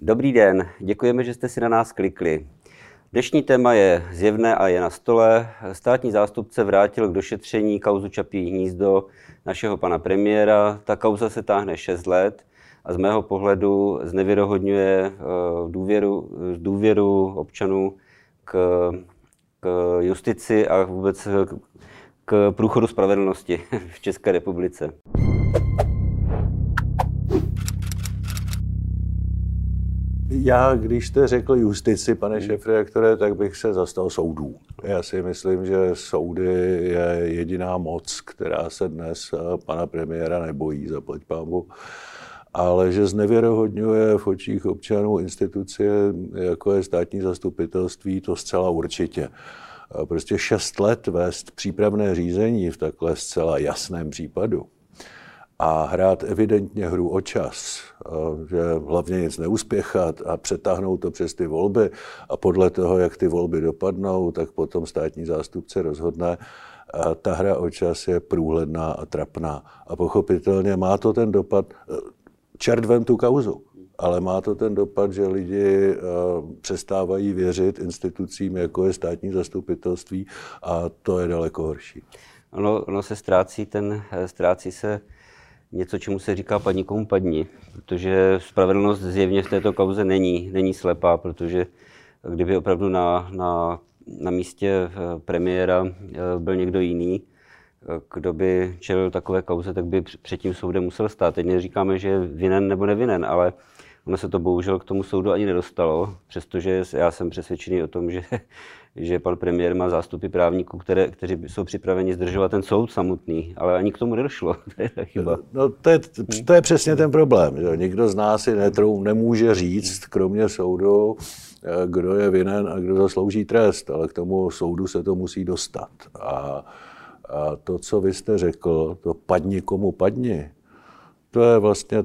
Dobrý den, děkujeme, že jste si na nás klikli. Dnešní téma je zjevné a je na stole. Státní zástupce vrátil k došetření kauzu Čapí hnízdo našeho pana premiéra. Ta kauza se táhne 6 let a z mého pohledu znevěrohodňuje důvěru občanů k justici a vůbec k průchodu spravedlnosti v České republice. Já, když jste řekl justici, pane šéfredaktore, tak bych se zastal soudů. Já si myslím, že soudy je jediná moc, která se dnes pana premiéra nebojí, zaplať pánbůh, ale že znevěrohodňuje v očích občanů instituce, jako je státní zastupitelství, to zcela určitě. Prostě 6 let vést přípravné řízení v takhle zcela jasném případu a hrát evidentně hru o čas, že hlavně nic neuspěchat a přetáhnout to přes ty volby a podle toho, jak ty volby dopadnou, tak potom státní zástupce rozhodne. A ta hra o čas je průhledná a trapná. A pochopitelně má to ten dopad, čert vem tu kauzu, ale má to ten dopad, že lidi přestávají věřit institucím, jako je státní zastupitelství, a to je daleko horší. Ono se ztrácí se něco, čemu se říká padni komu padni, protože spravedlnost zjevně v této kauze není slepá, protože kdyby opravdu na místě premiéra byl někdo jiný, kdo by čelil takové kauze, tak by před tím soudem musel stát. Teď neříkáme, že je vinen nebo nevinen, ale ono se to bohužel k tomu soudu ani nedostalo, přestože já jsem přesvědčený o tom, že pan premiér má zástupy právníků, kteří jsou připraveni zdržovat ten soud samotný, ale ani k tomu nedošlo. To je ta chyba. No, to je přesně ten problém, že nikdo z nás si nemůže říct, kromě soudu, kdo je vinen a kdo zaslouží trest, ale k tomu soudu se to musí dostat. A to, co vy jste řekl, to padni komu padni, to je vlastně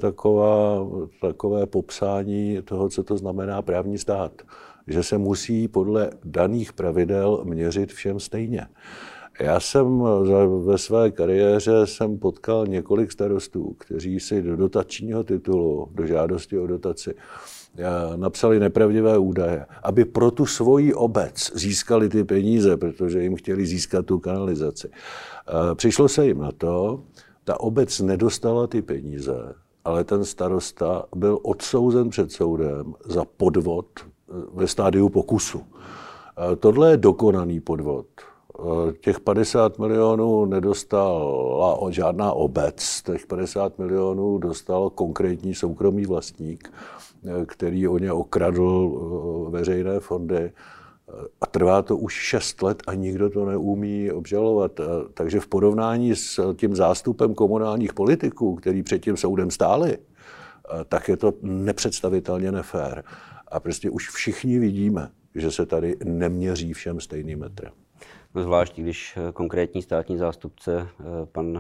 takové popsání toho, co to znamená právní stát. Že se musí podle daných pravidel měřit všem stejně. Já jsem ve své kariéře potkal několik starostů, kteří si do dotačního titulu, do žádosti o dotaci, napsali nepravdivé údaje, aby pro tu svoji obec získali ty peníze, protože jim chtěli získat tu kanalizaci. Přišlo se jim na to, ta obec nedostala ty peníze, ale ten starosta byl odsouzen před soudem za podvod ve stádiu pokusu. Tohle je dokonaný podvod. Těch 50 milionů nedostala žádná obec, těch 50 milionů dostal konkrétní soukromý vlastník, který o ně okradl veřejné fondy. A trvá to už 6 let a nikdo to neumí obžalovat. Takže v porovnání s tím zástupem komunálních politiků, který před tím soudem stáli, tak je to nepředstavitelně nefér. A prostě už všichni vidíme, že se tady neměří všem stejným metrem. No zvlášť, když konkrétní státní zástupce pan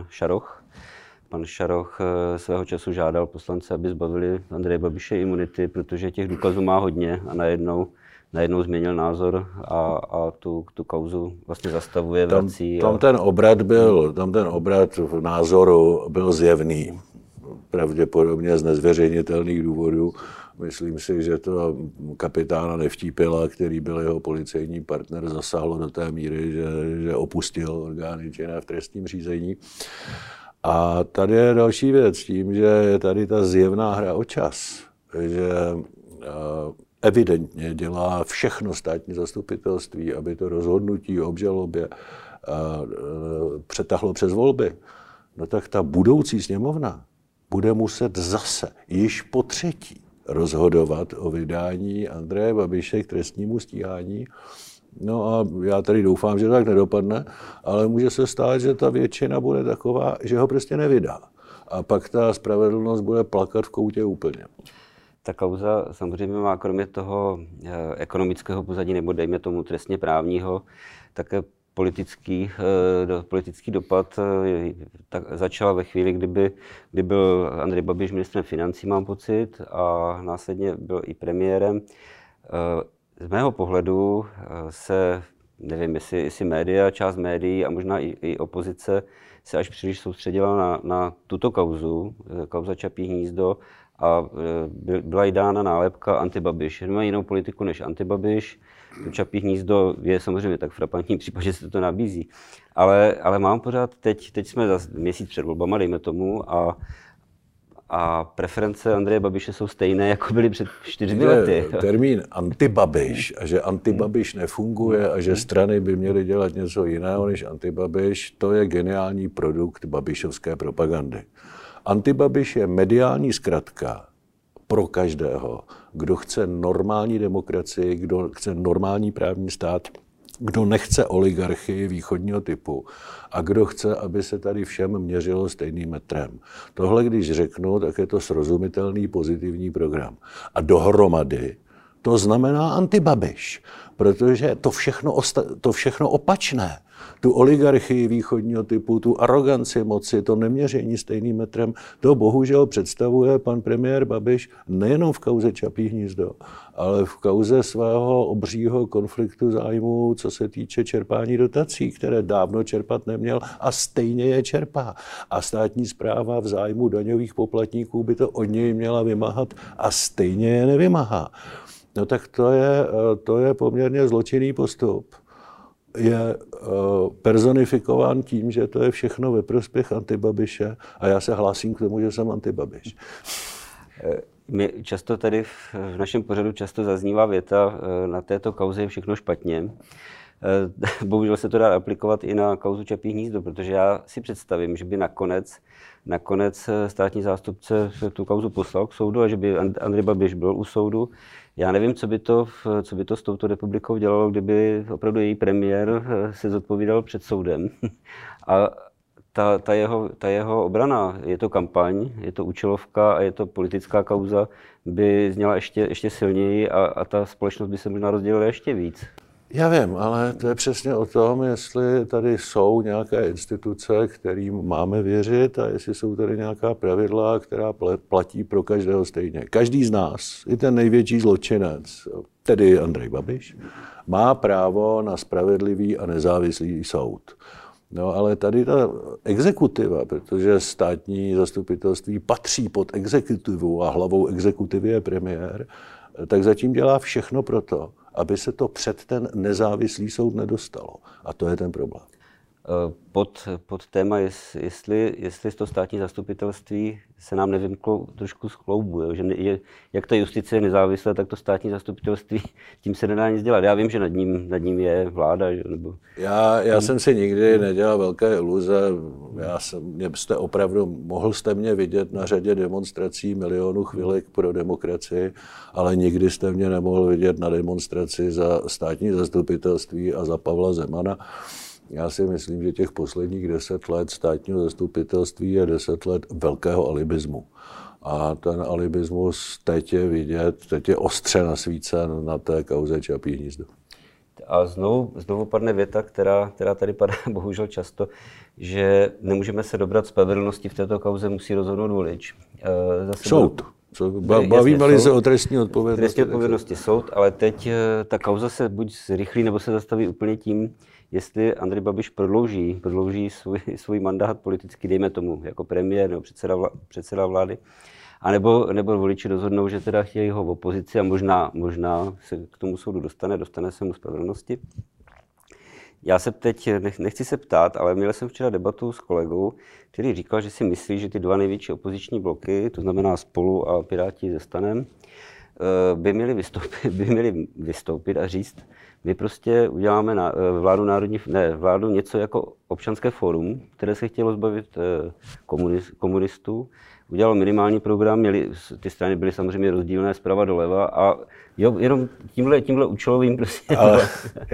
Šaroch svého času žádal poslance, aby zbavili Andreje Babiše imunity, protože těch důkazů má hodně a najednou změnil názor a tu kauzu vlastně zastavuje, vrací. Tam ten obrat v názoru byl zjevný, pravděpodobně z nezveřejnitelných důvodů. Myslím si, že to kapitána Nevtípila, který byl jeho policejní partner, zasáhlo do té míry, že opustil orgány činné v trestním řízení. A tady je další věc tím, že je tady ta zjevná hra o čas, že evidentně dělá všechno státní zastupitelství, aby to rozhodnutí o obžalobě přetáhlo přes volby. No tak ta budoucí sněmovna bude muset zase, již po třetí, rozhodovat o vydání Andreje Babiše k trestnímu stíhání. No a já tady doufám, že to tak nedopadne, ale může se stát, že ta většina bude taková, že ho prostě nevydá. A pak ta spravedlnost bude plakat v koutě úplně. Ta kauza samozřejmě má kromě toho ekonomického pozadí nebo dejme tomu trestně právního, také politický dopad začal ve chvíli, kdy byl Andrej Babiš ministrem financí, mám pocit, a následně byl i premiérem. Z mého pohledu se, nevím, jestli média, část médií a možná i opozice se až příliš soustředila na tuto kauza Čapí hnízdo a byla jí dána nálepka antibabiš. Nemá jinou politiku než antibabiš. To Čapí hnízdo je samozřejmě tak frapantní případ, že se to nabízí. Ale mám pořád, teď jsme za měsíc před volbama, dejme tomu, a preference Andreje Babiše jsou stejné, jako byly před 4 lety. Termín antibabiš a že antibabiš nefunguje a že strany by měly dělat něco jiného než antibabiš, to je geniální produkt babišovské propagandy. Antibabiš je mediální zkratka pro každého, kdo chce normální demokracii, kdo chce normální právní stát, kdo nechce oligarchii východního typu a kdo chce, aby se tady všem měřilo stejným metrem. Tohle, když řeknu, tak je to srozumitelný pozitivní program. A dohromady to znamená antibabiš, protože to všechno opačné, tu oligarchii východního typu, tu aroganci moci, to neměření stejným metrem, to bohužel představuje pan premiér Babiš nejenom v kauze Čapí hnízdo, ale v kauze svého obřího konfliktu zájmů, co se týče čerpání dotací, které dávno čerpat neměl a stejně je čerpá. A státní správa v zájmu daňových poplatníků by to od něj měla vymáhat a stejně je nevymáhá. No tak to je poměrně zločinný postup. Je personifikován tím, že to je všechno ve prospěch antibabiše a já se hlásím k tomu, že jsem antibabiš. My často tady v našem pořadu často zaznívá věta, na této kauze je všechno špatně. Bohužel se to dá aplikovat i na kauzu Čapí hnízdo, protože já si představím, že by nakonec státní zástupce tu kauzu poslal k soudu a že by Andrej Babiš byl u soudu. Já nevím, co by to s touto republikou dělalo, kdyby opravdu její premiér se zodpovídal před soudem. A ta jeho obrana, je to kampaň, je to účelovka a je to politická kauza, by zněla ještě silněji a ta společnost by se možná rozdělila ještě víc. Já vím, ale to je přesně o tom, jestli tady jsou nějaké instituce, kterým máme věřit a jestli jsou tady nějaká pravidla, která platí pro každého stejně. Každý z nás, i ten největší zločinec, tedy Andrej Babiš, má právo na spravedlivý a nezávislý soud. No ale tady ta exekutiva, protože státní zastupitelství patří pod exekutivu a hlavou exekutivy je premiér, tak zatím dělá všechno pro to, aby se to před ten nezávislý soud nedostalo. A to je ten problém. Pod téma, jestli to státní zastupitelství se nám nevymklo trošku z kloubu, že jak ta justice je nezávislá, tak to státní zastupitelství, tím se nedá nic dělat. Já vím, že nad ním je vláda. Že, nebo... Já jsem si nikdy nedělal velké iluze. Mohl jste mě vidět na řadě demonstrací milionů chvilek pro demokracii, ale nikdy jste mě nemohl vidět na demonstraci za státní zastupitelství a za Pavla Zemana. Já si myslím, že těch posledních 10 let státního zastupitelství je 10 let velkého alibismu. A ten alibismus teď je vidět, teď je ostře nasvícen na té kauze Čapí hnízdo. A znovu padne věta, která tady padá bohužel často, že nemůžeme se dobrat spravedlnosti v této kauze, musí rozhodnout volič. Soud. Bavíme-li se o trestní odpovědnosti. Trestní odpovědnosti soud, ale teď ta kauza se buď zrychlí, nebo se zastaví úplně tím, jestli Andrej Babiš prodlouží svůj mandát politicky, dejme tomu, jako premiér nebo předseda vlády, anebo voliči rozhodnou, že teda chtějí ho v opozici a možná se k tomu soudu dostane se mu spravedlnosti. Já se teď nechci se ptát, ale měl jsem včera debatu s kolegou, který říkal, že si myslí, že ty dva největší opoziční bloky, to znamená Spolu a Piráti se STANem, by měli vystoupit a říct, my prostě uděláme vládu něco jako občanské fórum, které se chtělo zbavit komunistů, udělalo minimální program, ty strany byly samozřejmě rozdílné zprava doleva a jenom tímhle účelovým prostě. Ale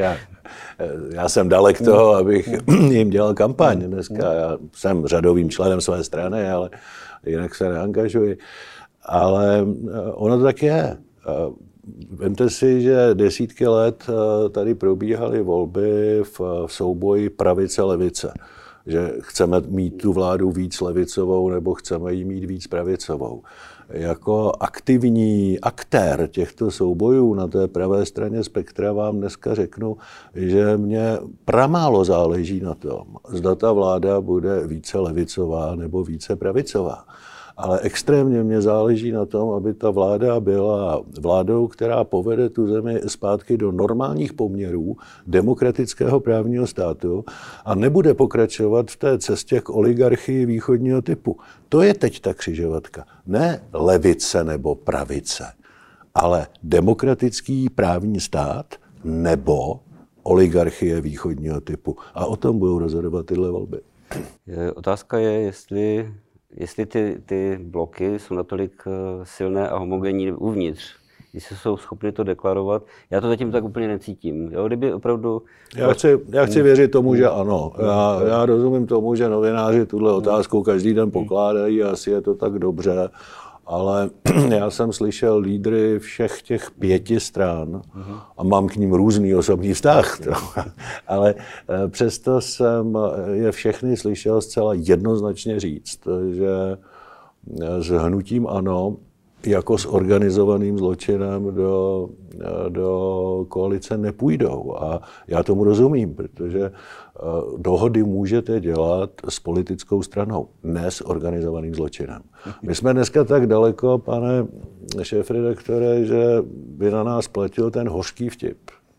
já jsem dalek toho, abych jim dělal kampaň dneska. Já jsem řadovým členem své strany, ale jinak se neangažuji. Ale ono to tak je. Vemte si, že desítky let tady probíhaly volby v souboji pravice-levice. Že chceme mít tu vládu víc levicovou nebo chceme ji mít víc pravicovou. Jako aktivní aktér těchto soubojů na té pravé straně spektra vám dneska řeknu, že mě pramálo záleží na tom, zda ta vláda bude více levicová nebo více pravicová. Ale extrémně mě záleží na tom, aby ta vláda byla vládou, která povede tu zemi zpátky do normálních poměrů demokratického právního státu a nebude pokračovat v té cestě k oligarchii východního typu. To je teď ta křižovatka. Ne levice nebo pravice, ale demokratický právní stát nebo oligarchie východního typu. A o tom budou rozhodovat tyhle volby. Otázka je, jestli ty bloky jsou natolik silné a homogenní uvnitř. Jestli jsou schopni to deklarovat. Já to zatím tak úplně necítím. Jo, kdyby opravdu... Já chci věřit tomu, že ano. Já rozumím tomu, že novináři tuhle otázku každý den pokládají a asi je to tak dobře. Ale já jsem slyšel lídry všech těch 5 stran a mám k ním různý osobní vztah. Ale přesto jsem je všechny slyšel zcela jednoznačně říct, že s hnutím ANO jako s organizovaným zločinem do koalice nepůjdou. A já tomu rozumím, protože dohody můžete dělat s politickou stranou, ne s organizovaným zločinem. My jsme dneska tak daleko, pane šéfredaktore, že by na nás platil ten hořký vtip,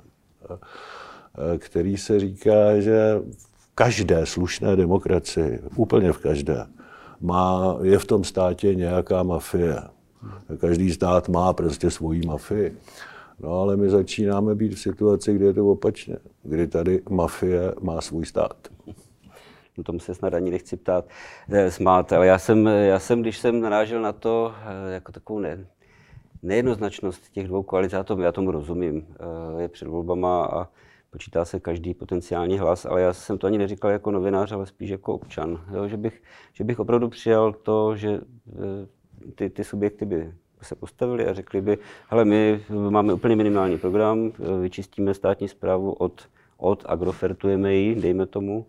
který se říká, že v každé slušné demokracii, úplně v každé, je v tom státě nějaká mafie. Každý stát má prostě svoji mafii. No ale my začínáme být v situaci, kdy je to opačně, kdy tady mafie má svůj stát. No tomu se snad ani nechci smát, ale já jsem, když jsem narážel na to, jako takovou nejednoznačnost těch dvou koalic, já tomu rozumím, je před volbama a počítá se každý potenciální hlas, ale já jsem to ani neříkal jako novinář, ale spíš jako občan, jo, že bych opravdu přijal to, že ty subjekty by se postavili a řekli by, hele, my máme úplně minimální program, vyčistíme státní správu agrofertujeme ji, dejme tomu,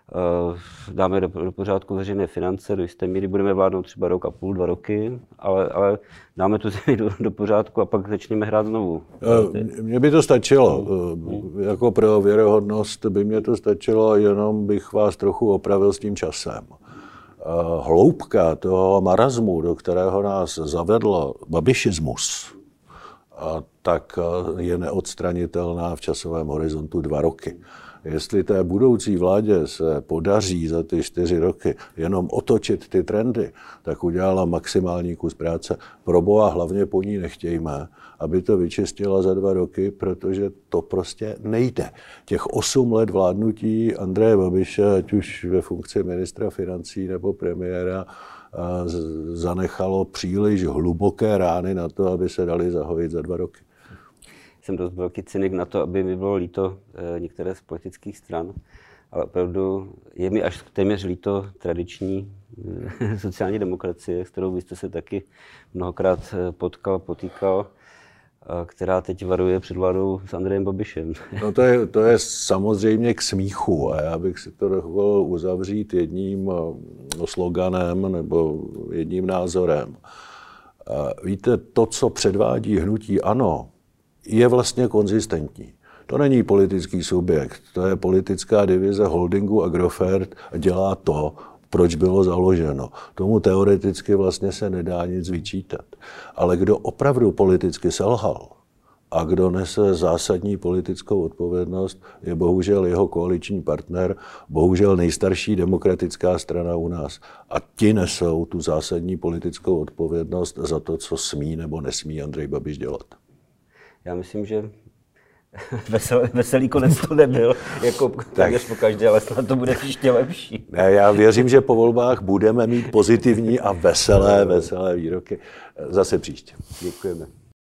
dáme do pořádku veřejné finance, do jisté míry budeme vládnout třeba rok a půl, 2 roky, ale dáme tu zemi do pořádku a pak začneme hrát znovu. Mně by to stačilo. Jako pro věrohodnost by mě to stačilo, jenom bych vás trochu opravil s tím časem. Hloubka toho marazmu, do kterého nás zavedl babišismus, tak je neodstranitelná v časovém horizontu 2 roky. Jestli té budoucí vládě se podaří za ty 4 roky jenom otočit ty trendy, tak udělala maximální kus práce. Proboha hlavně po ní nechtějme, aby to vyčistila za 2 roky, protože to prostě nejde. Těch 8 let vládnutí Andreje Babiše, ať už ve funkci ministra financí nebo premiéra, zanechalo příliš hluboké rány na to, aby se dali zahojit za 2 roky. Jsem dost velký cynik na to, aby mi bylo líto některé z politických stran, ale opravdu je mi až téměř líto tradiční sociální demokracie, s kterou vy jste se taky mnohokrát potýkal, která teď varuje před vládou s Andrejem Babišem. No to je samozřejmě k smíchu a já bych si to dovolil uzavřít jedním sloganem nebo jedním názorem. Víte, to, co předvádí hnutí ANO, je vlastně konzistentní. To není politický subjekt, to je politická divize holdingu Agrofert a dělá to, proč bylo založeno. Tomu teoreticky vlastně se nedá nic vyčítat. Ale kdo opravdu politicky selhal a kdo nese zásadní politickou odpovědnost, je bohužel jeho koaliční partner, bohužel nejstarší demokratická strana u nás. A ti nesou tu zásadní politickou odpovědnost za to, co smí nebo nesmí Andrej Babiš dělat. Já myslím, že veselý konec to nebyl, jako téměř po každé, ale snad to bude ještě lepší. Ne, já věřím, že po volbách budeme mít pozitivní a veselé výroky. Zase příště. Děkujeme.